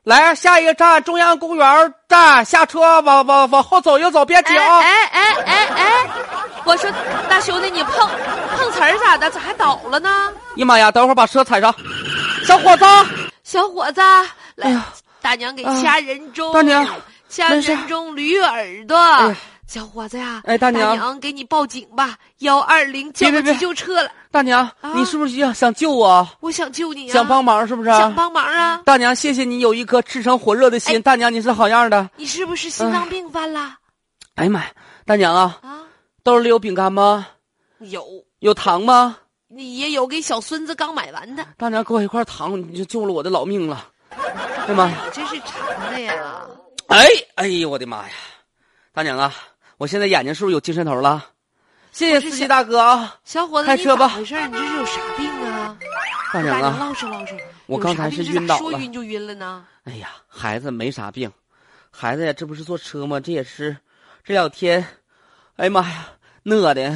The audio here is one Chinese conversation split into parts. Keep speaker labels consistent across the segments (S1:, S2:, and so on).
S1: 来，下一个站中央公园站，下车，往后走，右走，别急啊！
S2: 我说大兄弟，你碰瓷儿咋的？咋还倒了呢？
S1: 呀妈呀！等会儿把车踩上，小伙子，
S2: 来，大娘给掐人中，
S1: 大娘
S2: 掐人中驴耳朵。小伙子呀，
S1: 大
S2: 娘给你报警吧，120叫了急救车了。
S1: 大娘，你是不是想救我？
S2: 我想救你啊，
S1: 想帮忙是不是？
S2: 想帮忙啊！
S1: 大娘，谢谢你有一颗赤诚火热的心。大娘，你是好样的。
S2: 你是不是心脏病犯了？
S1: 哎呀妈呀，大娘啊，兜里有饼干吗？
S2: 有
S1: 糖吗？
S2: 你也有，给小孙子刚买完的。
S1: 大娘，给我一块糖，你就救了我的老命了。哎呀妈呀，
S2: 你这是馋的呀！
S1: 哎呦我的妈呀！大娘啊，我现在眼睛是不是有精神头了？谢谢司机大哥啊！
S2: 小伙子，
S1: 开车吧。
S2: 你咋回事？你这是有啥病啊？
S1: 大娘啊，
S2: 唠实。
S1: 我刚才是晕倒了。
S2: 说晕就晕了呢？
S1: 哎呀，孩子没啥病，孩子呀，这不是坐车吗？这也是这2天，哎呀妈呀，饿的。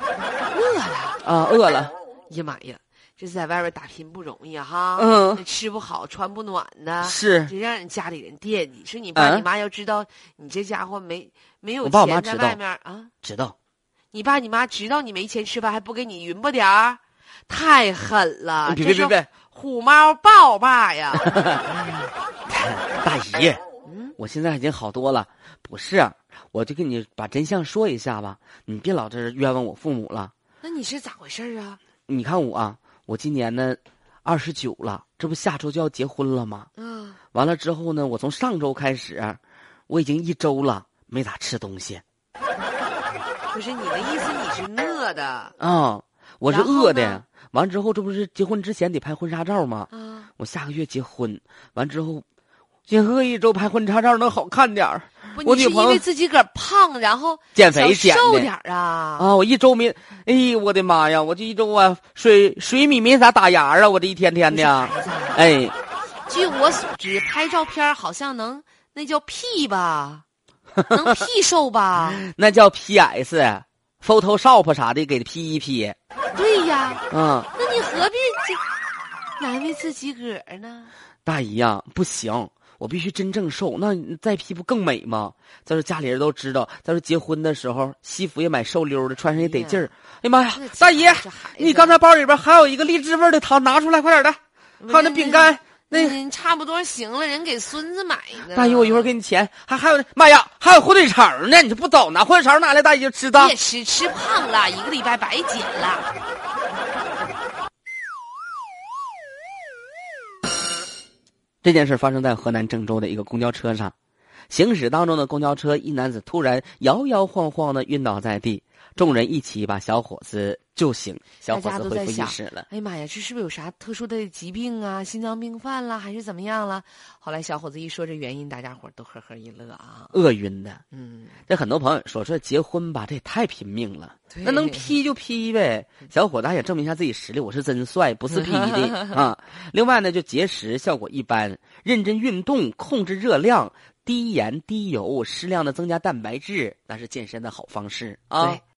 S1: 饿了。
S2: 呀妈呀，这是在外边打拼不容易啊哈！吃不好穿不暖的，
S1: 是
S2: 这让人家里人惦记。说你爸你妈要知道你这家伙没有钱在外面啊？
S1: 知道。
S2: 你爸你妈知道你没钱吃饭还不给你匀巴点儿，太狠了！
S1: 别，
S2: 虎猫抱爸呀！
S1: 大姨，我现在已经好多了。不是，我就跟你把真相说一下吧，你别老这冤枉我父母了。
S2: 那你是咋回事啊？
S1: 你看我今年呢29了，这不下周就要结婚了吗？完了之后呢，我从上周开始，我已经1周了没咋吃东西。
S2: 不是你的意思，你是饿的
S1: 我是饿的。完之后，这不是结婚之前得拍婚纱照吗？我下个月结婚，完之后先饿1周，拍婚纱照能好看点儿。
S2: 我女朋友因为自己个胖，然后
S1: 减肥减的
S2: 瘦点啊！
S1: 我1周没，哎呦我的妈呀！我这1周水米没咋打牙啊！我这一天天的，
S2: 据我所知，拍照片好像那叫 P 吧，能 P 瘦吧？
S1: 那叫 PS。Photoshop 啥的给 P 一 P。
S2: 对呀，那你何必难为自己个儿呢？
S1: 大姨呀，不行，我必须真正瘦，那再 P 不更美吗？再说家里人都知道，再说结婚的时候西服也买瘦溜的，穿上也得劲儿。哎呀妈呀，大姨，你刚才包里边还有一个荔枝味的糖，拿出来快点的，还有那饼干。
S2: 那差不多行了，人给孙子买的。
S1: 大姨，我一会儿给你钱。还有，妈呀，还有火腿肠呢！你这不早拿火腿肠拿来，大姨就吃的。
S2: 别吃胖了，1个礼拜白减了。
S1: 这件事发生在河南郑州的一个公交车上，行驶当中的公交车，一男子突然摇摇晃晃的晕倒在地，众人一起把小伙子救醒，小伙子恢复意识了。
S2: 哎呀妈呀，这是不是有啥特殊的疾病啊？心脏病犯了还是怎么样了？后来小伙子一说这原因，大家伙都呵呵一乐啊。
S1: 饿晕的。这很多朋友说结婚吧，这也太拼命了，那能 P 就 P 呗。小伙子也证明一下自己实力，我是真帅，不是 P 的啊。另外呢，就节食效果一般，认真运动，控制热量，低盐低油，适量的增加蛋白质，那是健身的好方式啊。